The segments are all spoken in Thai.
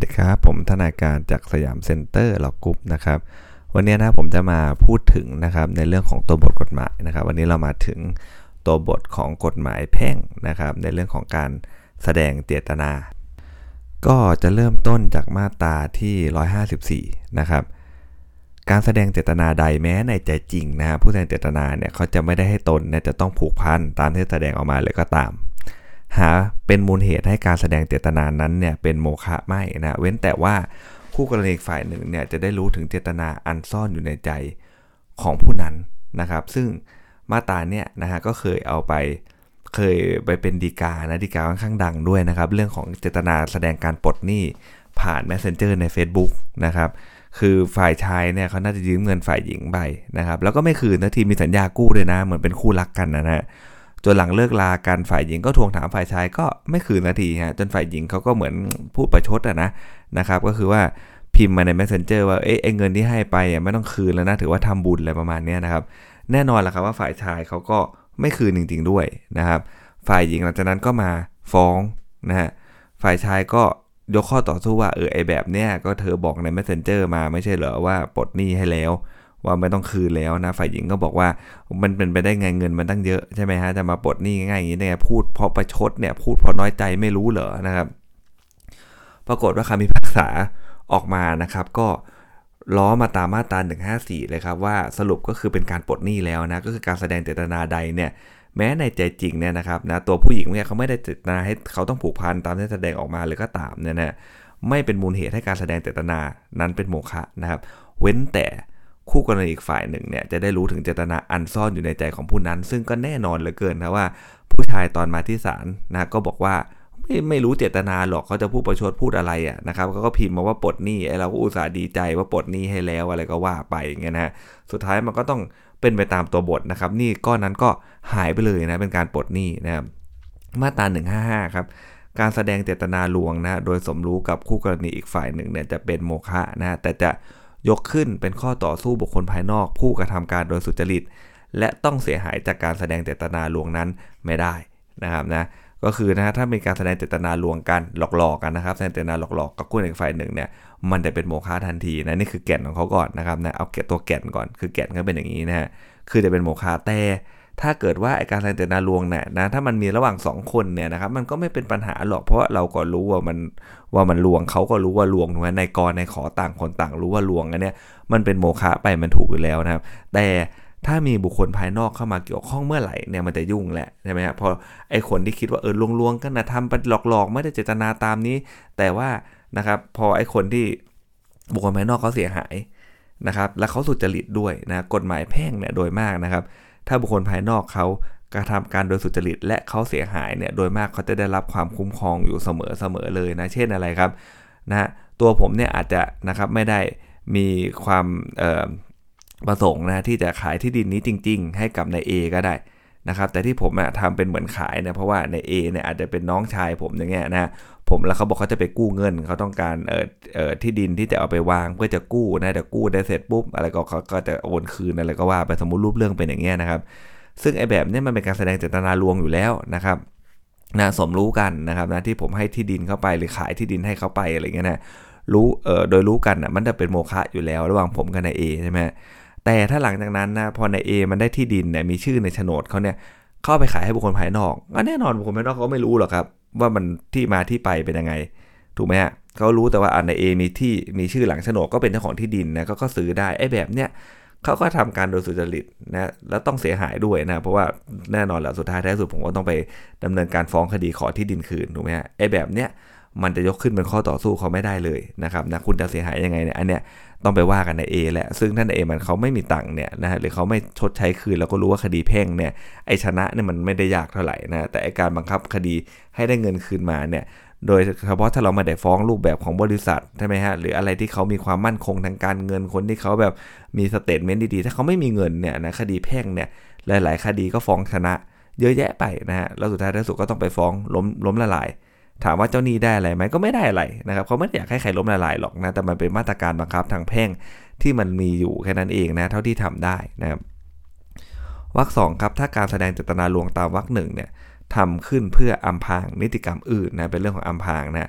ดีครับผมทนายการจากสยามเซ็นเตอร์ล็อกกรุ๊ปนะครับวันนี้นะผมจะมาพูดถึงนะครับในเรื่องของตัวบทกฎหมายนะครับวันนี้เรามาถึงตัวบทของกฎหมายแพ่งนะครับในเรื่องของการแสดงเจตนาก็จะเริ่มต้นจากมาตราที่154นะครับการแสดงเจตนาใดแม้ในใจจริงนะผู้แสดงเจตนาเนี่ยเขาจะไม่ได้ให้ตนเนี่ยจะต้องผูกพันตามที่แสดงออกมาเลยก็ตามหาเป็นมูลเหตุให้การแสดงเจตนานั้นเนี่ยเป็นโมฆะไม่นะเว้นแต่ว่าคู่กรณีฝ่ายหนึ่งเนี่ยจะได้รู้ถึงเจตนาอันซ่อนอยู่ในใจของผู้นั้นนะครับซึ่งมาตราเนี่ยนะฮะก็เคยเป็นฎีกาค่อนข้างดังด้วยนะครับเรื่องของเจตนาแสดงการปลดหนี้ผ่าน Messenger ใน Facebook นะครับคือฝ่ายชายเนี่ยเขาน่าจะยืมเงินฝ่ายหญิงไปนะครับแล้วก็ไม่คืนนะทีมีสัญญากู้ด้วยนะเหมือนเป็นคู่รักกันนะฮะจนหลังเลิกลากันฝ่ายหญิงก็ทวงถามฝ่ายชายก็ไม่คืนนาทีฮะจนฝ่ายหญิงเขาก็เหมือนพูดประชดนะครับก็คือว่าพิมพ์มาใน Messenger ว่าไอ้เงินที่ให้ไปไม่ต้องคืนแล้วนะถือว่าทำบุญอะไรประมาณนี้นะครับแน่นอนแหละครับว่าฝ่ายชายเขาก็ไม่คืนจริงๆด้วยนะครับฝ่ายหญิงหลังจากนั้นก็มาฟ้องนะฮะฝ่ายชายก็ยกข้อต่อสู้ว่าไอ้แบบเนี้ยก็เธอบอกใน Messenger มาไม่ใช่เหรอว่าปลดหนี้ให้แล้วว่าไม่ต้องคืนแล้วนะฝ่ายหญิงก็บอกว่ามันเป็นไปได้ไงเงินมันตั้งเยอะใช่ไหมฮะจะมาปลดหนี้ง่ายๆอย่างนี้เนี่ยพูดเพราะประชดเนี่ยพูดเพราะน้อยใจไม่รู้เหรอนะครับปรากฏว่าคำพิพากษาออกมานะครับก็ล้อมาตามมาตรา154เลยครับว่าสรุปก็คือเป็นการปลดหนี้แล้วนะก็คือการแสดงเจตนาใดเนี่ยแม้ในใจจริงเนี่ยนะครับนะตัวผู้หญิงเนี่ยเขาไม่ได้เจตนาให้เขาต้องผูกพันตามที่แสดงออกมาเลยก็ตามเนี่ยนะไม่เป็นมูลเหตุให้การแสดงเจตนานั้นเป็นโมฆะนะครับเว้นแต่คู่กรณีอีกฝ่ายหนึ่งเนี่ยจะได้รู้ถึงเจตนาอันซ่อนอยู่ในใจของผู้นั้นซึ่งก็แน่นอนเหลือเกินนะว่าผู้ชายตอนมาที่ศาลนะก็บอกว่าไม่รู้เจตนาหรอกเขาจะพูดประชดพูดอะไรนะครับเขาก็พิมพ์มาว่าปลดหนี้เราก็อุตส่าห์ดีใจว่าปลดหนี้ให้แล้วอะไรก็ว่าไปอย่างเงี้ยนะสุดท้ายมันก็ต้องเป็นไปตามตัวบทนะครับหนี้ก้อนนั้นก็หายไปเลยนะเป็นการปลดหนี้นะครับมาตรา155ครับการแสดงเจตนาลวงนะโดยสมรู้กับคู่กรณีอีกฝ่ายหนึ่งเนี่ยจะเป็นโมฆะนะแต่จะยกขึ้นเป็นข้อต่อสู้บุคคลภายนอกผู้กระทำการโดยสุจริตและต้องเสียหายจากการแสดงเจตนาลวงนั้นไม่ได้นะครับนะก็คือนะถ้ามีการแสดงเจตนาลวงกันหลอกกันนะครับแสดงเจตนาหลอกกับคู่อีกฝ่ายหนึ่งเนี่ยมันจะเป็นโมฆะทันทีนะนี่คือแก่นของเขาก่อนนะครับนะเอาตัวแก่นก่อนคือแก่นก็เป็นอย่างนี้นะฮะคือจะเป็นโมฆะแต่ถ้าเกิดว่าการแสดงเจตนาลวงเนี่ยนะถ้ามันมีระหว่าง2คนเนี่ยนะครับมันก็ไม่เป็นปัญหาหรอกเพราะเราก็รู้ว่ามันลวงเขาก็รู้ว่าลวงถูกไหมในกรในขอต่างคนต่างรู้ว่าลวงอันเนี้ยมันเป็นโมฆะไปมันถูกอยู่แล้วนะครับแต่ถ้ามีบุคคลภายนอกเข้ามาเกี่ยวข้องเมื่อไหร่เนี่ยมันจะยุ่งแหละใช่ไหมครับพอไอ้คนที่คิดว่าลวงกันนะทำไปหลอกไม่ได้เจตนาตามนี้แต่ว่านะครับพอไอ้คนที่บุคคลภายนอกเขาเสียหายนะครับและเขาสุจริตด้วยนะกฎหมายแพ่งเนี่ยโดยมากนะครับถ้าบุคคลภายนอกเขากระทำการโดยสุจริตและเขาเสียหายเนี่ยโดยมากเขาจะได้รับความคุ้มครองอยู่เสมอเลยนะเช่นอะไรครับนะตัวผมเนี่ยอาจจะนะครับไม่ได้มีความประสงค์นะที่จะขายที่ดินนี้จริงๆให้กับนาย A ก็ได้นะครับแต่ที่ผมทำเป็นเหมือนขายเนี่ยเพราะว่านาย A เนี่ยอาจจะเป็นน้องชายผมอย่างเงี้ยนะผมแล้วเขาบอกเขาจะไปกู้เงินเขาต้องการที่ดินที่จะเอาไปวางเพื่อจะกู้นะแต่กู้ได้เสร็จปุ๊บอะไรก็เขาก็จะโอนคืนอะไรก็ว่าไปสมมุติรูปเรื่องเป็นอย่างเงี้ยนะครับซึ่งไอ้แบบนี้มันเป็นการแสดงเจตนาลวงอยู่แล้วนะครับนะสมรู้กันนะครับนะที่ผมให้ที่ดินเข้าไปหรือขายที่ดินให้เขาไปอะไรเงี้ยนะรู้โดยรู้กันนะมันจะเป็นโมฆะอยู่แล้วระหว่างผมกับนาย A ใช่ไหมแต่ถ้าหลังจากนั้นนะพอนาย A มันได้ที่ดินเนี่ยมีชื่อในโฉนดเขาเนี่ยเข้าไปขายให้บุคคลภายนอกแน่นอนบุคคลภายนอกเขาไม่รู้หรอกครับว่ามันที่มาที่ไปเป็นยังไงถูกไหมฮะเขารู้แต่ว่านาย A มีชื่อหลังโฉนดก็เป็นเจ้าของที่ดินนะก็ซื้อได้ไอ้แบบเนี้ยเขาก็ทำการโดยสุจริตนะแล้วต้องเสียหายด้วยนะเพราะว่าแน่นอนแหละสุดท้ายท้ายสุดผมก็ต้องไปดำเนินการฟ้องคดีขอที่ดินคืนถูกไหมฮะไอ้แบบเนี้ยมันจะยกขึ้นเป็นข้อต่อสู้เขาไม่ได้เลยนะครับนะคุณจะเสียหายยังไงเนี่ยอันเนี้ยต้องไปว่ากันใน A แหละซึ่งท่าน A มันเขาไม่มีตังค์เนี่ยนะฮะหรือเขาไม่ชดใช้คืนแล้วก็รู้ว่าคดีแพ่งเนี่ยไอ้ชนะเนี่ยมันไม่ได้ยากเท่าไหร่นะแต่ไอ้การบังคับคดีให้ได้เงินคืนมาเนี่ยโดยเฉพาะถ้าเราไม่ได้ฟ้องรูปแบบของบริษัทใช่ไหมฮะหรืออะไรที่เขามีความมั่นคงทางการเงินคนที่เขาแบบมีสเตทเมนต์ดีๆถ้าเขาไม่มีเงินเนี่ยนะคดีแพ่งเนี่ยหลายๆคดีก็ฟ้องชนะเยอะแยะไปนะฮะแล้วสุดท้ายที่สุดก็ต้องไปฟ้องล้มละลายถามว่าเจ้าหนี้ได้อะไรไหมก็ไม่ได้อะไรนะครับเขาไม่ได้อยากให้ใครล้มละลายหรอกนะแต่มันเป็นมาตรการบังคับทางแพ่งที่มันมีอยู่แค่นั้นเองนะเท่าที่ทำได้นะครับวรรค 2ครับถ้าการแสดงเจตนาลวงตามวรรค 1เนี่ยทำขึ้นเพื่ออำพรางนิติกรรมอื่นนะเป็นเรื่องของอำพรางนะ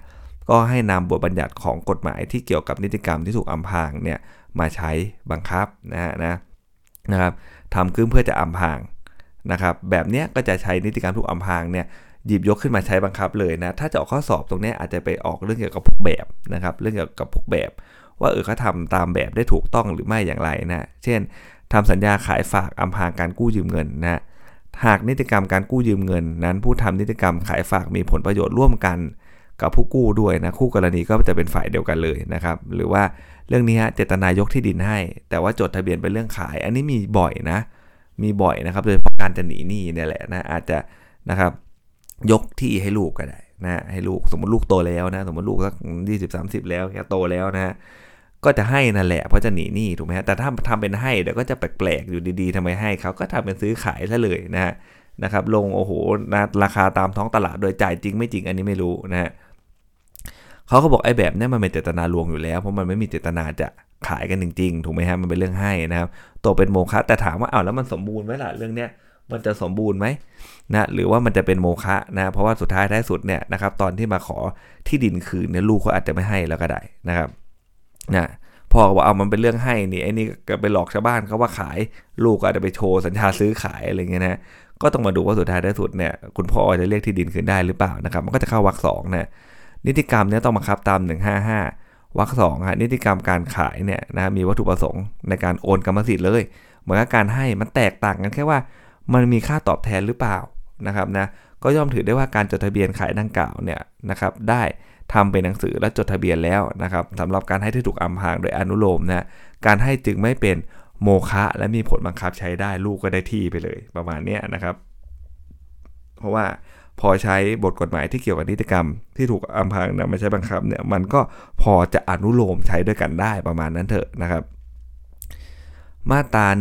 ก็ให้นำบทบัญญัติของกฎหมายที่เกี่ยวกับนิติกรรมที่ถูกอำพรางเนี่ยมาใช้บังคับนะครับทำขึ้นเพื่อจะอำพรางนะครับแบบนี้ก็จะใช้นิติกรรมถูกอำพรางเนี่ยหยิบยกขึ้นมาใช้บังคับเลยนะถ้าจะออกข้อสอบตรงนี้อาจจะไปออกเรื่องเกี่ยวกับพวกแบบนะครับเรื่องเกี่ยวกับพวกแบบว่าเขาทำตามแบบได้ถูกต้องหรือไม่อย่างไรนะเช่นทำสัญญาขายฝากอำพรางการกู้ยืมเงินนะหากนิติกรรมการกู้ยืมเงินนั้นผู้ทำนิติกรรมขายฝากมีผลประโยชน์ร่วมกันกับผู้กู้ด้วยนะคู่กรณีก็จะเป็นฝ่ายเดียวกันเลยนะครับหรือว่าเรื่องนี้เจตนายกที่ดินให้แต่ว่าจดทะเบียนเป็นเรื่องขายอันนี้มีบ่อยนะครับโดยเฉพาะการจะหนีหนี้เนี่ยแหละนะอาจจะนะครับยกที่ให้ลูกก็ได้นะให้ลูกสมมติลูกโตแล้วนะสมมติลูกสัก20-30แล้วแกโตแล้วนะก็จะให้นั่นแหละเพราะจะหนีหนี้ถูกไหมฮะแต่ถ้าทำเป็นให้เดี๋ยวก็จะแปลกๆอยู่ดีๆทำไมให้เขาก็ทำเป็นซื้อขายซะเลยนะครับลงโอ้โหนะราคาตามท้องตลาดโดยจ่ายจริงไม่จริงอันนี้ไม่รู้นะฮะเขาก็บอกไอ้แบบนี้มันเป็นเจตนาลวงอยู่แล้วเพราะมันไม่มีเจตนาจะขายกันจริงๆถูกไหมฮะมันเป็นเรื่องให้นะครับตัวเป็นโมฆะแต่ถามว่าแล้วมันสมบูรณ์ไหมล่ะเรื่องเนี้ยมันจะสมบูรณ์ไหมนะหรือว่ามันจะเป็นโมฆะนะเพราะว่าสุดท้ายท้ายสุดเนี่ยนะครับตอนที่มาขอที่ดินคืนเนี่ยลูกเขาอาจจะไม่ให้แล้วก็ได้นะครับนะพ่อบอกมันเป็นเรื่องให้นี่ไอ้นี่ก็ไปหลอกชาวบ้านเขาว่าขายลูกก็อาจจะไปโชว์สัญญาซื้อขายอะไรเงี้ยนะก็ต้องมาดูว่าสุดท้ายท้ายสุดเนี่ยคุณพ่อจะเรียกที่ดินคืนได้หรือเปล่านะครับมันก็จะเข้าวรรค2นะนิติกรรมเนี่ยต้องบังคับตาม155วรรค2ฮะนิติกรรมการขายเนี่ยนะมีวัตถุประสงค์ในการโอนกรรมสิทธิ์เลยเหมือนกับการให้มันแตกต่างกันแค่ว่ามันมีค่าตอบแทนหรือเปล่านะครับนะก็ย่อมถือได้ว่าการจดทะเบียนขายดังกล่าวเนี่ยนะครับได้ทำเป็นหนังสือและจดทะเบียนแล้วนะครับสำหรับการให้ที่ถูกอำพรางโดยอนุโลมนะการให้จึงไม่เป็นโมฆะและมีผลบังคับใช้ได้ลูกก็ได้ที่ไปเลยประมาณนี้นะครับเพราะว่าพอใช้บทกฎหมายที่เกี่ยวกับนิติกรรมที่ถูกอำพรางนำมาใช้บังคับเนี่ยมันก็พอจะอนุโลมใช้ด้วยกันได้ประมาณนั้นเถอะนะครับมาตรา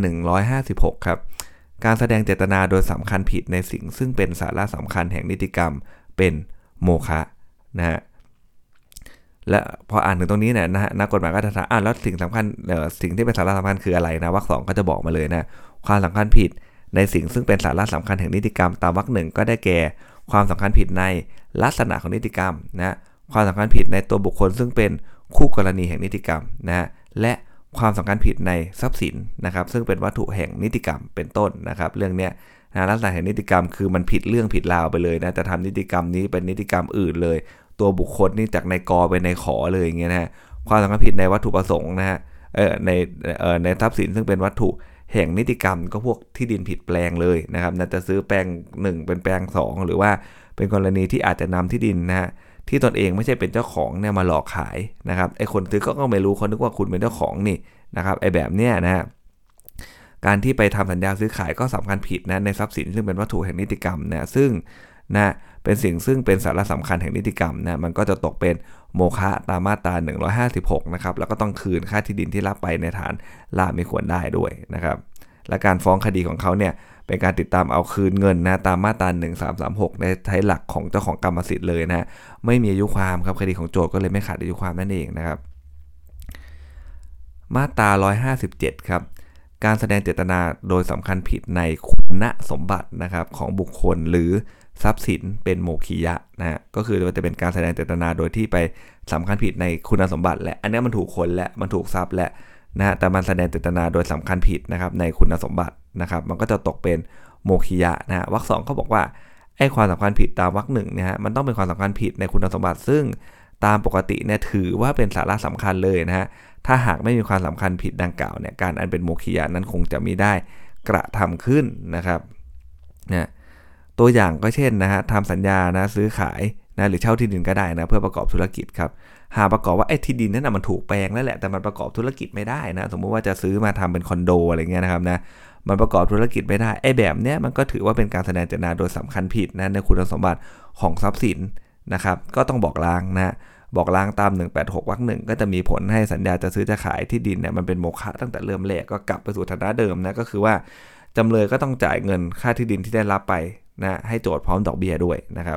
156ครับการแสดงเจตนาโดยสำคัญผิดในสิ่งซึ่งเป็นสาระสำคัญแห่งนิติกรรมเป็นโมฆะนะฮะและพออ่านถึงตรงนี้เนี่ยนะนักกฎหมายก็จะถามแล้วสิ่งสำคัญสิ่งที่เป็นสาระสำคัญคืออะไรนะวรรค 2ก็จะบอกมาเลยนะความสำคัญผิดในสิ่งซึ่งเป็นสาระสำคัญแห่งนิติกรรมตามวรรค 1ก็ได้แก่ความสำคัญผิดในลักษณะของนิติกรรมนะความสำคัญผิดในตัวบุคคลซึ่งเป็นคู่กรณีแห่งนิติกรรมนะและความสำคัญผิดในทรัพย์สินนะครับซึ่งเป็นวัตถุแห่งนิติกรรมเป็นต้นนะครับเรื่องเนี้ยนะลักษณะแห่งนิติกรรมคือมันผิดเรื่องผิดราวไปเลยนะจะทำนิติกรรมนี้เป็นนิติกรรมอื่นเลยตัวบุคคลนี่จากในกไปในขอเลยอย่างเงี้ยนะความสำคัญผิดในวัตถุประสงค์นะฮะในทรัพย์สินซึ่งเป็นวัตถุแห่งนิติกรรมก็พวกที่ดินผิดแปลงเลยนะครับจะซื้อแปลง1เป็นแปลง2หรือว่าเป็นกรณีที่อาจจะนำที่ดินนะฮะที่ตนเองไม่ใช่เป็นเจ้าของเนี่ยมาหลอกขายนะครับไอ้คนซื้อก็ไม่รู้เขานึกว่าคุณเป็นเจ้าของนี่นะครับไอ้แบบเนี้ยนะฮะการที่ไปทำสัญญาซื้อขายก็สำคัญผิดนะในทรัพย์สินซึ่งเป็นวัตถุแห่งนิติกรรมนะซึ่งนะเป็นสิ่งซึ่งเป็นสาระสำคัญแห่งนิติกรรมนะมันก็จะตกเป็นโมฆะตามมาตรา156นะครับแล้วก็ต้องคืนค่าที่ดินที่รับไปในฐานละไม่ควรได้ด้วยนะครับและการฟ้องคดีของเขาเนี่ยเป็นการติดตามเอาคืนเงินนะตามมาตรา1336ในใช้หลักของเจ้าของกรรมสิทธิ์เลยนะไม่มีอายุความครับคดีของโจทก์ก็เลยไม่ขาดอายุความนั่นเองนะครับมาตรา157ครับการแสดงเจตนาโดยสำคัญผิดในคุณสมบัตินะครับของบุคคลหรือทรัพย์สินเป็นโมฆิยะนะฮะก็คือจะเป็นการแสดงเจตนาโดยที่ไปสำคัญผิดในคุณสมบัติและอันนี้มันถูกคนและมันถูกทรัพย์และนะแต่มันแสดงเจตนาโดยสำคัญผิดนะครับในคุณสมบัตินะครับมันก็จะตกเป็นโมฆิยะนะฮะวรรค 2เขาบอกว่าไอ้ความสำคัญผิดตามวรรค 1เนี่ยฮะมันต้องเป็นความสำคัญผิดในคุณสมบัติซึ่งตามปกติเนี่ยถือว่าเป็นสาระสำคัญเลยนะฮะถ้าหากไม่มีความสำคัญผิดดังกล่าวเนี่ยการอันเป็นโมฆิยะนั้นคงจะมิได้กระทำขึ้นนะครับนะตัวอย่างก็เช่นนะฮะทำสัญญานะซื้อขายนะหรือเช่าที่ดินก็ได้นะเพื่อประกอบธุรกิจครับหากประกอบว่าไอ้ที่ดินนั้นนะมันถูกแปลงแล้วแหละแต่มันประกอบธุรกิจไม่ได้นะสมมุติว่าจะซื้อมาทำเป็นคอนโดอะไรเงี้ยนะครับนะมันประกอบธุรกิจไม่ได้ไอ้แบบเนี้ยมันก็ถือว่าเป็นการแสดงเจตนาโดยสำคัญผิดนะในคุณสมบัติของทรัพย์สินนะครับก็ต้องบอกล้างนะบอกล้างตาม186วรรค 1ก็จะมีผลให้สัญญาจะซื้อจะขายที่ดินเนี่ยมันเป็นโมฆะตั้งแต่เริ่มแรกก็กลับไปสู่ฐานะเดิมนะก็คือว่าจำเลยก็ต้องจ่ายเงินค่าที่ดินที่ได้รับไปนะให้โจทย์พร้อมดอกเบี้ยด้วยนะครับ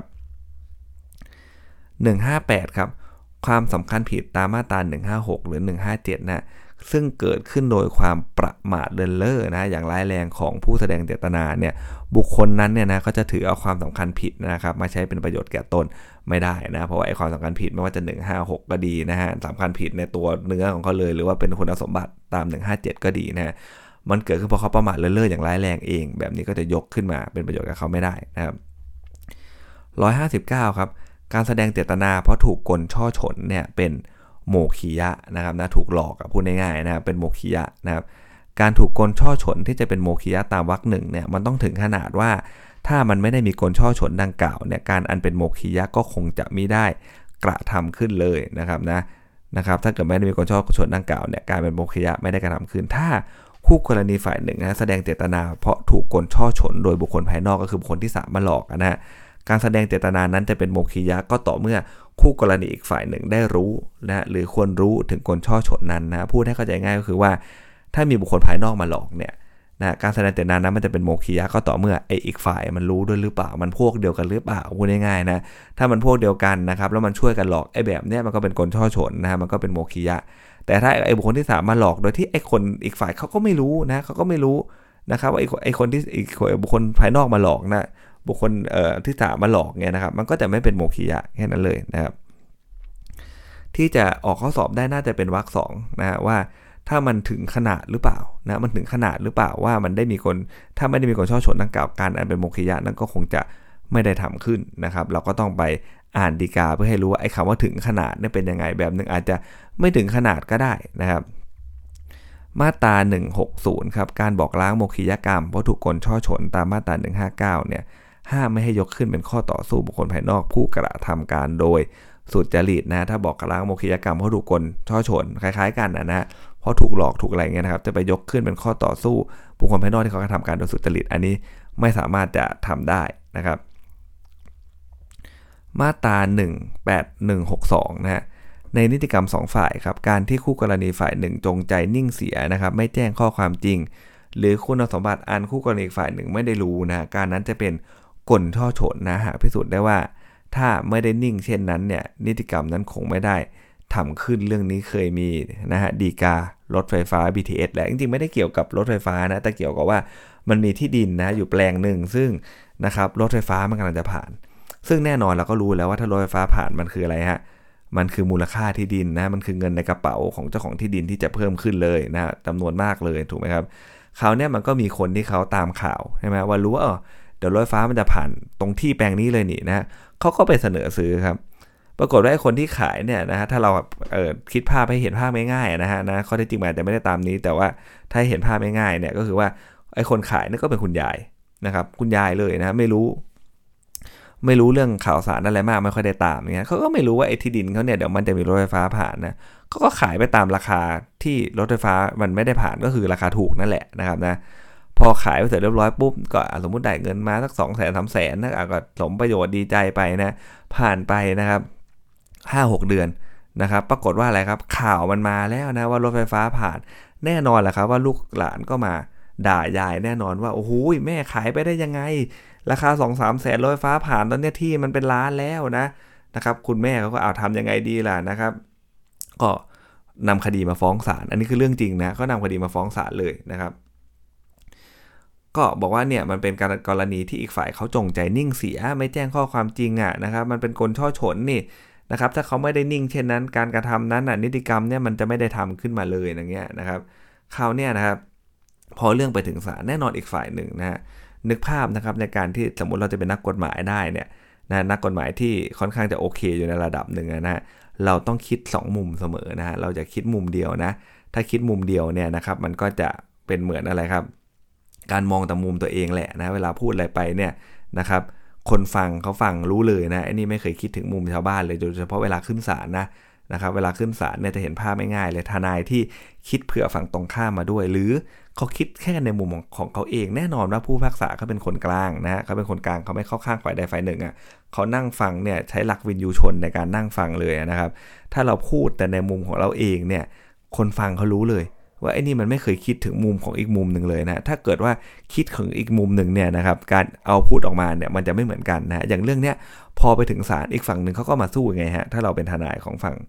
158ครับความสำคัญผิดตามมาตรา156หรือ157นะซึ่งเกิดขึ้นโดยความประมาทเลินเล่อนะอย่างร้ายแรงของผู้แสดงเจตนาเนี่ยบุคคลนั้นเนี่ยนะก็จะถือเอาความสำคัญผิดนะครับมาใช้เป็นประโยชน์แก่ตนไม่ได้นะเพราะว่าไอ้ความสำคัญผิดไม่ว่าจะ1 5 6ก็ดีนะฮะสำคัญผิดในตัวเนื้อของเขาเลยหรือว่าเป็นคุณสมบัติตาม157ก็ดีนะมันเกิดขึ้นเพราะเขาประมาทเลินเล่ออย่างร้ายแรงเองแบบนี้ก็จะยกขึ้นมาเป็นประโยชน์กับเขาไม่ได้นะครับ159ครับการแสดงเจตนาเพราะถูกกลช่อฉนเนี่ยเป็นโมคียะนะครับนะถูกหลอกพูดง่ายๆนะครับเป็นโมคียะนะครับการถูกกลช่อฉนที่จะเป็นโมคียะตามวรรคหนึ่งเนี่ยมันต้องถึงขนาดว่าถ้ามันไม่ได้มีกลช่อฉนดังกล่าวเนี่ยการอันเป็นโมคียะก็คงจะมิได้กระทำขึ้นเลยนะครับถ้าเกิดไม่ได้มีกลช่อฉนดังกล่าวเนี่ยการเป็นโมคียะไม่ได้กระทำขึ้นถ้าคู่กรณีฝ่ายหนึ่งนะแสดงเจตนาเพราะถูกกลช่อฉนโดยบุคคลภายนอกก็คือบุคคลที่3มาหลอกนะฮะการแสดงเจตนานั้นจะเป็นโมคียะก็ต่อเมื่อคู่กรณีอีกฝ่ายหนึ่งได้รู้นะหรือควรรู้ถึงกลช่อฉนนั้นนะพูดให้เข้าใจง่ายก็คือว่าถ้ามีบุคคลภายนอกมาหลอกเนี่ยนะการแสดงเจตนานั้นมันจะเป็นโมคียะก็ต่อเมื่อไอ้อีกฝ่ายมันรู้ด้วยหรือเปล่ามันพวกเดียวกันหรือเปล่าพูดง่ายๆนะถ้ามันพวกเดียวกันนะครับแล้วมันช่วยกันหลอกไอ้แบบเนี้ยมันก็เป็นกลช่อฉนนะฮะมันก็เป็นโมคียะแต่ถ้าไอ้บุคคลที่3มาหลอกโดยที่ไอ้คนอีกฝ่ายเขาก็ไม่รู้นะเขาก็ไม่รู้นะครับว่าไอ้คนที่อีกบุคคลภายนอกมาหลอกนะบุคคลที่3มาหลอกเนี่ยนะครับมันก็จะไม่เป็นโมคียะแค่นั้นเลยนะครับที่จะออกข้อสอบได้น่าจะเป็นวรรค2นะว่าถ้ามันถึงขนาดหรือเปล่านะมันถึงขนาดหรือเปล่าว่ามันได้มีคนถ้าไม่ได้มีคนช่อฉนดังกล่าวการอันเป็นโมคียะนั้นก็คงจะไม่ได้ทำขึ้นนะครับเราก็ต้องไปอ่านฎีกาเพื่อให้รู้ว่าไอ้คำว่าถึงขนาดนี่เป็นยังไงแบบนึงอาจจะไม่ถึงขนาดก็ได้นะครับมาตรา160ครับการบอกล้างโมคียกรรมเพราะถูกกลช่อฉนตามมาตรา159เนี่ยห้ามไม่ให้ยกขึ้นเป็นข้อต่อสู้บุคคลภายนอกผู้กระทำการโดยสุจริตนะถ้าบอกล้างโมคียกรรมเพราะถูกกลช่อฉนคล้ายๆกันนะเพราะถูกหลอกถูกอะไรเงี้ยนะครับจะไปยกขึ้นเป็นข้อต่อสู้บุคคลภายนอกที่เขากระทำการโดยสุจริตอันนี้ไม่สามารถจะทำได้นะครับมาตรา18162นะฮะในนิติกรรม2ฝ่ายครับการที่คู่กรณีฝ่ายหนึ่งจงใจนิ่งเสียนะครับไม่แจ้งข้อความจริงหรือคุณสมบัติอันคู่กรณีฝ่ายหนึ่งไม่ได้รู้นะการนั้นจะเป็นกลช่อฉนนะหากพิสูจน์ได้ว่าถ้าไม่ได้นิ่งเช่นนั้นเนี่ยนิติกรรมนั้นคงไม่ได้ทำขึ้นเรื่องนี้เคยมีนะฮะฎีการถไฟฟ้า BTS แหละจริงๆไม่ได้เกี่ยวกับรถไฟฟ้านะแต่เกี่ยวกับว่ามันมีที่ดินนะอยู่แปลงหนึ่งซึ่งนะครับรถไฟฟ้ามันกำลังจะผ่านซึ่งแน่นอนเราก็รู้แล้วว่าถ้ารถไฟฟ้าผ่านมันคืออะไรฮะมันคือมูลค่าที่ดินนะมันคือเงินในกระเป๋าของเจ้าของที่ดินที่จะเพิ่มขึ้นเลยนะจำนวนมากเลยถูกไหมครับคราวนี้มันก็มีคนที่เขาตามข่าวใช่ไหมว่ารู้ว่าเดี๋ยวรถไฟฟ้ามันจะผ่านตรงที่แปลงนี้เลยนี่นะเขาก็ไปเสนอซื้อครับปรากฏว่าไอ้คนที่ขายเนี่ยนะฮะถ้าเราคิดภาพให้เห็นภาพง่ายๆนะฮะข้อเท็จจริงมันอาจจะไม่ได้ตามนี้แต่ว่าถ้าเห็นภาพง่ายๆเนี่ยก็คือว่าไอ้คนขายนี่ก็เป็นคุณยายนะครับคุณยายเลยนะไม่รู้เรื่องข่าวสารอะไรมากไม่ค่อยได้ตามเงี้ยเขาก็ไม่รู้ว่าไอ้ที่ดินเขาเนี่ยเดี๋ยวมันจะมีรถไฟฟ้าผ่านนะเขาก็ขายไปตามราคาที่รถไฟฟ้ามันไม่ได้ผ่านก็คือราคาถูกนั่นแหละนะครับนะพอขายไปเสร็จเรียบร้อยปุ๊บก็สมมุติได้เงินมาสัก200,000 300,000นะก็สมประโยชน์ดีใจไปนะผ่านไปนะครับ5-6 เดือนนะครับปรากฏว่าอะไรครับข่าวมันมาแล้วนะว่ารถไฟฟ้าผ่านแน่นอนแหละครับว่าลูกหลานก็มาด่ายายแน่นอนว่าโอ้โหแม่ขายไปได้ยังไงราคา 2-3 แสนรถไฟฟ้าผ่านตอนนี้ที่มันเป็นล้านแล้วนะครับคุณแม่เขาก็เอาทำยังไงดีล่ะนะครับก็นำคดีมาฟ้องศาลอันนี้คือเรื่องจริงนะก็นำคดีมาฟ้องศาลเลยนะครับก็บอกว่าเนี่ยมันเป็นกรณีที่อีกฝ่ายเขาจงใจนิ่งเสียไม่แจ้งข้อความจริงนะครับมันเป็นกลช่อฉนนี่นะครับถ้าเขาไม่ได้นิ่งเช่นนั้นการกระทำนั้นนิติกรรมเนี่ยมันจะไม่ได้ทำขึ้นมาเลยอย่างเงี้ยนะครับคราวเนี่ยนะครับพอเรื่องไปถึงศาลแน่นอนอีกฝ่ายหนึ่งนะฮะนึกภาพนะครับในการที่สมมุติเราจะเป็นนักกฎหมายได้เนี่ยนะนักกฎหมายที่ค่อนข้างจะโอเคอยู่ในระดับหนึ่งนะเราต้องคิด2มุมเสมอนะฮะเราจะคิดมุมเดียวนะถ้าคิดมุมเดียวเนี่ยนะครับมันก็จะเป็นเหมือนอะไรครับการมองแต่มุมตัวเองแหละนะเวลาพูดอะไรไปเนี่ยนะครับคนฟังเขาฟังรู้เลยนะไอ้นี่ไม่เคยคิดถึงมุมชาวบ้านเลยโดยเฉพาะเวลาขึ้นศาลนะครับเวลาขึ้นศาลเนี่ยจะเห็นภาพไม่ง่ายเลยทนายที่คิดเผื่อฝั่งตรงข้ามมาด้วยหรือเขาคิดแค่ในมุมของเขาเองแน่นอนว่าผู้พิพากษาเขาเป็นคนกลางนะเขาเป็นคนกลางเขาไม่เข้าข้างฝ่ายใดฝ่ายหนึ่งเขานั่งฟังเนี่ยใช้หลักวินยูชนในการนั่งฟังเลยนะครับถ้าเราพูดแต่ในมุมของเราเองเนี่ยคนฟังเขารู้เลยว่าไอ้นี่มันไม่เคยคิดถึงมุมของอีกมุมหนึ่งเลยนะถ้าเกิดว่าคิดถึงอีกมุมหนึ่งเนี่ยนะครับการเอาพูดออกมาเนี่ยมันจะไม่เหมือนกันนะอย่างเรื่องเนี้ยพอไปถึงศาลอีกฝั่งหนึ่งเขาก็มาสู้ไงฮะถ้าเราเป็นทนายของฝั่ง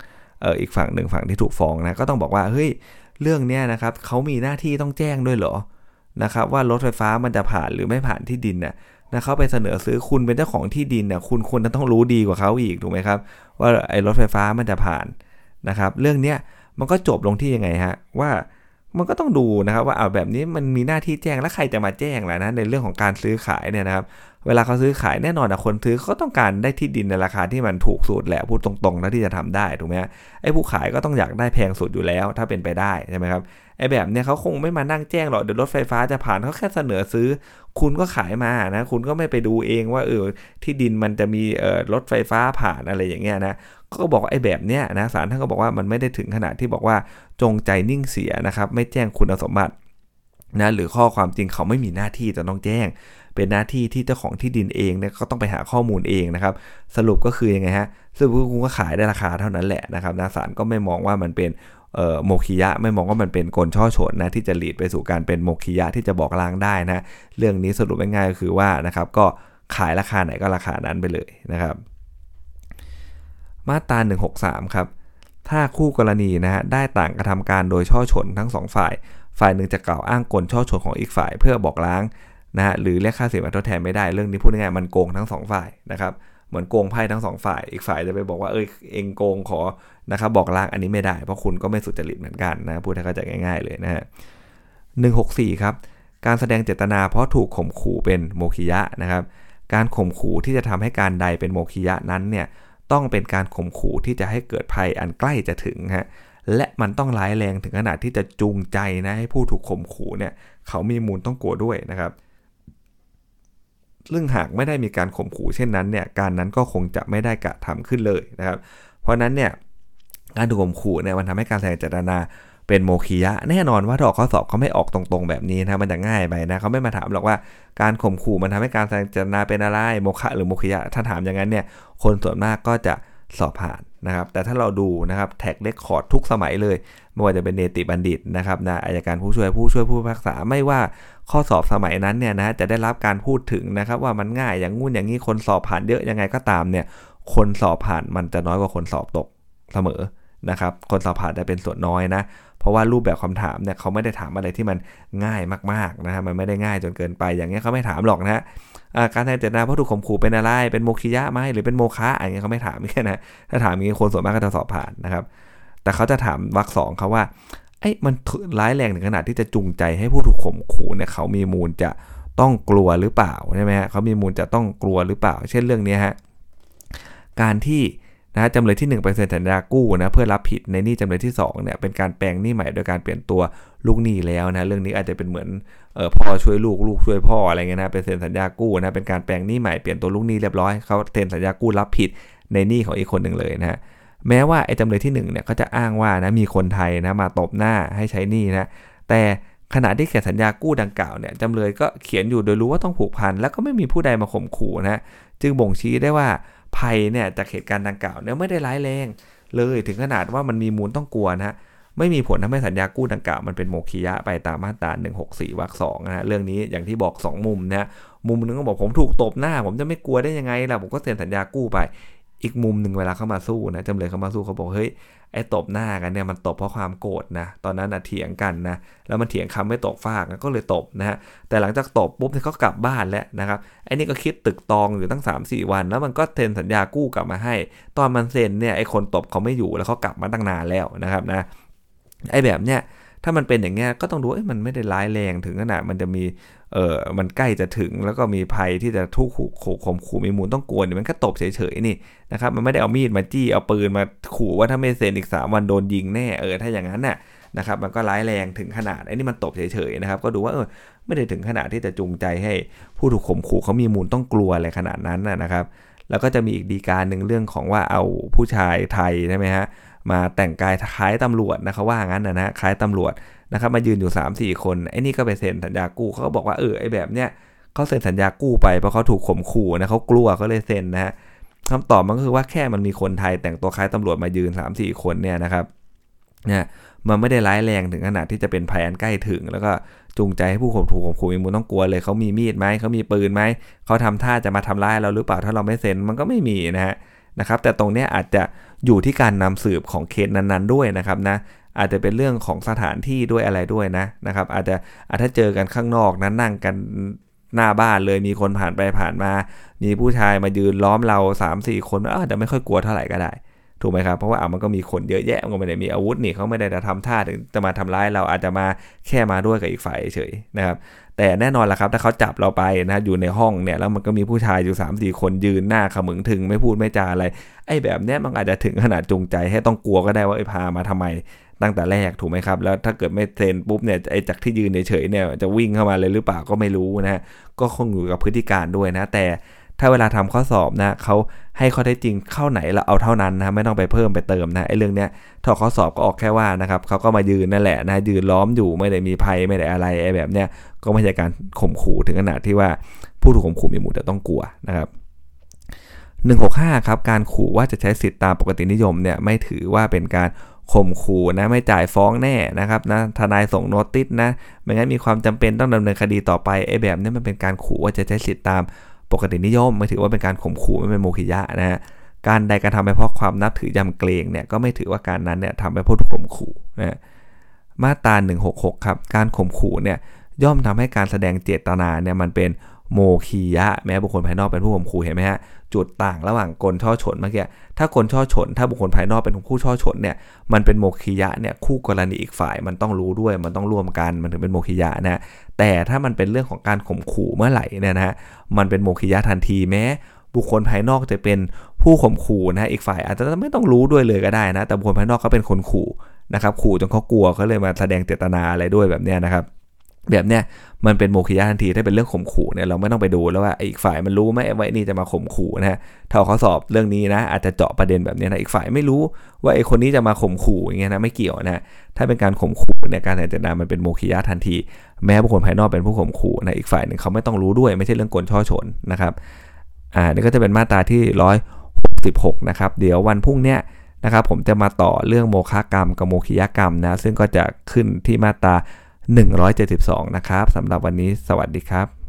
อีกฝั่งหนึ่งฝั่งที่ถูกฟ้องนะก็ต้องบอกว่าเฮ้ยเรื่องเนี้ยนะครับเขามีหน้าที่ต้องแจ้งด้วยเหรอนะครับว่ารถไฟฟ้ามันจะผ่านหรือไม่ผ่านที่ดินนะเขาไปเสนอซื้อคุณเป็นเจ้าของที่ดินคุณควรจะต้องรู้ดีกว่าเขาอีกถูกไหมครับว่าไอ้รถไฟฟ้ามันจะผ่านนะครับเรื่องเนี้ยมันก็จบลงที่ยังไงฮะว่ามันก็ต้องดูนะครับว่าแบบนี้มันมีหน้าที่แจ้งแล้วใครจะมาแจ้งล่ะนะในเรื่องของการซื้อขายเนี่ยนะครับเวลาเขาซื้อขายแน่นอนคนซื้อเขาต้องการได้ที่ดินในราคาที่มันถูกสุดแหละพูดตรงๆแล้วที่จะทำได้ถูกไหมไอ้ผู้ขายก็ต้องอยากได้แพงสุดอยู่แล้วถ้าเป็นไปได้ใช่ไหมครับไอ้แบบเนี้ยเขาคงไม่มานั่งแจ้งหรอกเดี๋ยวรถไฟฟ้าจะผ่านเขาแค่เสนอซื้อคุณก็ขายมานะคุณก็ไม่ไปดูเองว่าที่ดินมันจะมีรถไฟฟ้าผ่านอะไรอย่างเงี้ยนะก็บอกว่าไอ้แบบเนี้ยนะศาลท่านก็บอกว่ามันไม่ได้ถึงขนาดที่บอกว่าจงใจนิ่งเสียนะครับไม่แจ้งคุณสมบัตินะหรือข้อความจริงเขาไม่มีหน้าที่จะต้องแจ้งเป็นหน้าที่ที่เจ้าของที่ดินเองเนี่ยก็ต้องไปหาข้อมูลเองนะครับสรุปก็คือยังไงฮะสรุปคุณก็ขายได้ราคาเท่านั้นแหละนะครับนะศาลก็ไม่มองว่ามันเป็นโมคิยะไม่มองว่ามันเป็นกลช่อฉนนะที่จะหลีดไปสู่การเป็นโมคิยะที่จะบอกล้างได้นะเรื่องนี้สรุปง่ายๆก็คือว่านะครับก็ขายราคาไหนก็ราคานั้นไปเลยนะครับมาตรา163ครับถ้าคู่กรณีนะฮะได้ต่างกระทำการโดยช่อฉนทั้ง2ฝ่ายหนึ่งจะกล่าวอ้างกลช่อฉนของอีกฝ่ายเพื่อบอกล้างนะฮะหรือเรียกค่าเสียหายทดแทนไม่ได้เรื่องนี้พูดง่ายๆมันโกงทั้ง2ฝ่ายนะครับเหมือนโกงไพ่ทั้ง2ฝ่ายอีกฝ่ายจะไปบอกว่าเองโกงขอนะครับบอกล้างอันนี้ไม่ได้เพราะคุณก็ไม่สุจริตเหมือนกันนะพูดให้เข้าใจง่ายๆเลยนะฮะ164ครับการแสดงเจตนาเพราะถูกข่มขู่เป็นโมคิยะนะครับการข่มขู่ที่จะทำให้การใดเป็นโมคิยะนั้นเนี่ยต้องเป็นการข่มขู่ที่จะให้เกิดภัยอันใกล้จะถึงฮะและมันต้องร้ายแรงถึงขนาดที่จะจูงใจนะให้ผู้ถูกข่มขู่เนี่ยเขามีมูลต้องกลัวด้วยนะครับซึ่งหากไม่ได้มีการข่มขู่เช่นนั้นเนี่ยการนั้นก็คงจะไม่ได้กระทำขึ้นเลยนะครับเพราะนั้นเนี่ยการถูกข่มขู่เนี่ยมันทำให้การแสดงเจตนาเป็นโมคิยะแน่นอนว่าถ้าออกข้อสอบเขาไม่ออกตรงๆแบบนี้นะมันจะง่ายไปนะเขาไม่มาถามหรอกว่าการข่มขู่มันทำให้การแสดงเจตนาเป็นอะไรโมฆะหรือโมคิยะถ้าถามอย่างนั้นเนี่ยคนส่วนมากก็จะสอบผ่านนะครับแต่ถ้าเราดูนะครับแท็กเรคคอร์ดทุกสมัยเลยไม่ว่าจะเป็นเนติบัณฑิตนะครับนะอัยการผู้ช่วยผู้พิพากษาไม่ว่าข้อสอบสมัยนั้นเนี่ยนะจะได้รับการพูดถึงนะครับว่ามันง่ายอย่างงู้นอย่างนี้คนสอบผ่านเยอะยังไงก็ตามเนี่ยคนสอบผ่านมันจะน้อยกว่าคนสอบตกเสมอนะครับคนสอบผ่านจะเป็นส่วนน้อยนะเพราะว่ารูปแบบคำถามเนี่ยเขาไม่ได้ถามอะไรที่มันง่ายมากๆนะฮะมันไม่ได้ง่ายจนเกินไปอย่างเงี้ยเขาไม่ถามหรอกนะการแสดงเจตนาเพราะถูกข่มขู่เป็นอะไรเป็นโมคิยะไหมหรือเป็นโมฆะอย่างเงี้ยเขาไม่ถามแค่นะถ้าถามอย่างงี้คนส่วนมากก็จะสอบผ่านนะครับแต่เขาจะถามวรรคสองเขาว่ามันร้ายแรงถึงขนาดที่จะจูงใจให้ผู้ถูกข่มขู่เนี่ยเขามีมูลจะต้องกลัวหรือเปล่าใช่ไหมฮะเขามีมูลจะต้องกลัวหรือเปล่าเช่นเรื่องนี้ฮะการที่นะจำเลยที่1ไปเซ็นสัญญากู้นะเพื่อรับผิดในหนี้จำเลยที่2เนี่ยเป็นการแปลงหนี้ใหม่โดยการเปลี่ยนตัวลูกหนี้แล้วนะเรื่องนี้อาจจะเป็นเหมือนพ่อช่วยลูกช่วยพ่ออะไรเงี้ยนะเป็นเซ็นสัญญากู้นะเป็นการแปลงหนี้ใหม่เปลี่ยนตัวลูกหนี้เรียบร้อยเขาเซ็นสัญญากู้รับผิดในหนี้ของอีกคนหนึ่งเลยนะแม้ว่าไอ้จำเลยที่1เนี่ยเขาจะอ้างว่านะมีคนไทยนะมาตบหน้าให้ใช้หนี้นะแต่ขณะที่เขียนสัญญากู้ดังกล่าวเนี่ยจำเลยก็เขียนอยู่โดยรู้ว่าต้องผูกพันแล้วก็ไม่มีผู้ใดมาข่มขู่นะจึงบ่งชี้ได้ว่าภัยเนี่ยจากเหตุการณ์ดังกล่าวเนี่ยไม่ได้ร้ายแรงเลยถึงขนาดว่ามันมีมูลต้องกลัวนะไม่มีผลทำให้สัญญากู้ดังกล่าวมันเป็นโมคิยะไปตามมาตรา164วรรค2นะเรื่องนี้อย่างที่บอก2มุมนะมุมนึงก็บอกผมถูกตบหน้าผมจะไม่กลัวได้ยังไงล่ะผมก็เซ็นสัญญากู้ไปอีกมุมนึงเวลาเข้ามาสู้นะจำเลยเข้ามาสู้เขาบอกเฮ้ยไอ้ตบหน้ากันเนี่ยมันตบเพราะความโกรธนะตอนนั้นเถียงกันนะแล้วมันเถียงคำไม่ตกฟากก็เลยตบนะฮะแต่หลังจากตบปุ๊บเนี่ยเขากลับบ้านแล้วนะครับไอ้นี่ก็คิดตึกตองอยู่ตั้ง 3-4 วันแล้วมันก็เซ็นสัญญากู้กลับมาให้ตอนมันเซ็นเนี่ยไอ้คนตบเขาไม่อยู่แล้วเขากลับมาตั้งนานแล้วนะครับนะไอ้แบบเนี้ยถ้ามันเป็นอย่างเงี้ยก็ต้องดูมันไม่ได้ร้ายแรงถึงขนาดมันจะมีมันใกล้จะถึงแล้วก็มีภัยที่จะทุกขู่ข่มขู่มีมูลต้องกลัวเนี่ยมันแค่ตบเฉยๆนี่นะครับมันไม่ได้เอามีดมาจี้เอาปืนมาขู่ว่าถ้าไม่เซ็นอีก3วันโดนยิงแน่ถ้าอย่างนั้นน่ะนะครับมันก็ร้ายแรงถึงขนาดไอ้นี่มันตบเฉยๆนะครับก็ดูว่าไม่ได้ถึงขนาดที่จะจูงใจให้ผู้ถูกข่มขู่เขามีมูลต้องกลัวอะไรขนาดนั้นนะครับแล้วก็จะมีอีกฎีกาหนึ่งเรื่องของว่าเอาผู้ชายไทยใช่ไหมฮะมาแต่งกายคล้ายตำรวจนะเขาว่างั้นนะคล้ายตำรวจนะครับมายืนอยู่ 3-4 คนไอ้นี่ก็ไปเซ็นสัญญากู้เขาก็บอกว่าไอ้แบบเนี้ยเขาเซ็นสัญญากู้ไปเพราะเขาถูกข่มขู่นะเขากลัวเขาเลยเซ็นนะฮะคำตอบมันก็คือว่าแค่มันมีคนไทยแต่งตัวคล้ายตำรวจมายืน 3-4 คนเนี่ยนะครับเนี่ยมันไม่ได้ร้ายแรงถึงขนาดที่จะเป็นภัยอันใกล้ถึงแล้วก็จูงใจให้ผู้ถูกข่มขู่มีมูลต้องกลัวเลยเขามีมีดไหมเขามีปืนไหมเขาทำท่าจะมาทำร้ายเราหรือเปล่าถ้าเราไม่เซ็นมันก็ไม่มีนะครับแต่ตรงเนี้ยอาจจะอยู่ที่การนำสืบของเคสนั้นๆด้วยนะครับนะอาจจะเป็นเรื่องของสถานที่ด้วยอะไรด้วยนะครับอาจจะถ้าเจอกันข้างนอกนั้นนั่งกันหน้าบ้านเลยมีคนผ่านไปผ่านมามีผู้ชายมายืนล้อมเรา 3-4 คนอาจจะไม่ค่อยกลัวเท่าไหร่ก็ได้ถูกไหมครับเพราะว่ามันก็มีคนเยอะแยะมันก็ไม่ได้มีอาวุธนี่เขาไม่ได้จะทำท่าถึงจะมาทำร้ายเราอาจจะมาแค่มาด้วยกับอีกฝ่ายเฉยนะครับแต่แน่นอนล่ะครับถ้าเขาจับเราไปนะอยู่ในห้องเนี่ยแล้วมันก็มีผู้ชายอยู่ 3-4 คนยืนหน้าขมึงถึงไม่พูดไม่จาอะไรแบบเนี้ยมันอาจจะถึงขนาดจูงใจให้ต้องกลัวก็ได้ว่าพามาทำไมตั้งแต่แรกถูกไหมครับแล้วถ้าเกิดไม่เทรนปุ๊บเนี่ยจากที่ยืนเฉยๆเนี่ยจะวิ่งเข้ามาเลยหรือเปล่าก็ไม่รู้นะก็คงอยู่กับพฤติการด้วยนะแต่ถ้าเวลาทำข้อสอบนะเขาให้ข้อเท็จจริงเข้าไหนเราเอาเท่านั้นนะไม่ต้องไปเพิ่มไปเติมนะเรื่องเนี้ยถ้าข้อสอบก็ออกแค่ว่านะครับเขาก็มายืนนั่นแหละนะยืนล้อมอยู่ไม่ได้มีภัยไม่ได้อะไรแบบเนี้ยก็ไม่ใช่การข่มขู่ถึงขนาดที่ว่าผู้ถูกข่มขู่มีมูลแต่ต้องกลัวนะครับ165ครับการขู่ว่าจะใช้สิทธิตามปกตินิยมเนี่ยไม่ถือว่าเป็นการข่มขู่นะไม่จ่ายฟ้องแน่นะครับนะทนายส่งโน้ติสนะไม่งั้นมีความจำเป็นต้องดำเนินคดีต่อไปแบบนี้มันเป็นการขู่ว่าจะใช้สิทธิตามปกตินิยมไม่ถือว่าเป็นการข่มขู่ไม่เป็นโมฆะนะฮะการใดกระทำไปเพราะความนับถือยำเกรงเนี่ยก็ไม่ถือว่าการนั้นเนี่ยทำไปเพราะถูกข่มขู่นะมาตรา166ครับการข่มขู่เนี่ยย่อมทำให้การแสดงเจตนาเนี่ยมันเป็นโมฆะแม้บุคคลภายนอกเป็นผู้ข่มขู่เห็นไหมฮะจุดต่างระหว่างกลช่อฉนเมื่อกี้ถ้ากลช่อฉนถ้าบุคคลภายนอกเป็นผู้ช่อฉนเนี่ยมันเป็นโมฆะเนี่ยคู่กรณีอีกฝ่ายมันต้องรู้ด้วยมันต้องร่วมกันมันถึงเป็นโมฆะนะแต่ถ้ามันเป็นเรื่องของการข่มขู่เมื่อไหร่เนี่ยนะฮะมันเป็นโมฆะทันทีแม้บุคคลภายนอกจะเป็นผู้ข่มขู่นะอีกฝ่ายอาจจะไม่ต้องรู้ด้วยเลยก็ได้นะแต่บุคคลภายนอกเขาเป็นคนขู่นะครับขู่จนเขากลัวเขาเลยมาแสดงเจตนาอะไรด้วยแบบเนี้ยนะครับแบบเนี้ยมันเป็นโมฆะทันทีถ้าเป็นเรื่องข่มขู่เนี่ยเราไม่ต้องไปดูแล้วว่าอีกฝ่ายมันรู้ไหมว่านี่จะมาข่มขู่นะฮะถ้าเขาสอบเรื่องนี้นะอาจจะเจาะประเด็นแบบนี้นะอีกฝ่ายไม่รู้ว่าไอ้คนนี้จะมาข่มขู่อย่างเงี้ยนะไม่เกี่ยวนะถ้าเป็นการข่มขู่เนี่ยการแสดงเจตนามันเป็นโมฆะทันทีแม้บุคคลภายนอกเป็นผู้ข่มขู่นะอีกฝ่ายหนึ่งเขาไม่ต้องรู้ด้วยไม่ใช่เรื่องกลช่อฉนนะครับนี่ก็จะเป็นมาตราที่166นะครับเดี๋ยววันพรุ่งเนี้ยนะครับผมจะมาต่อเรื่องโมฆะกรรมกับโมฆะกรรมนะซึ่งก็จะขึ้นที่มาตรา172นะครับสำหรับวันนี้สวัสดีครับ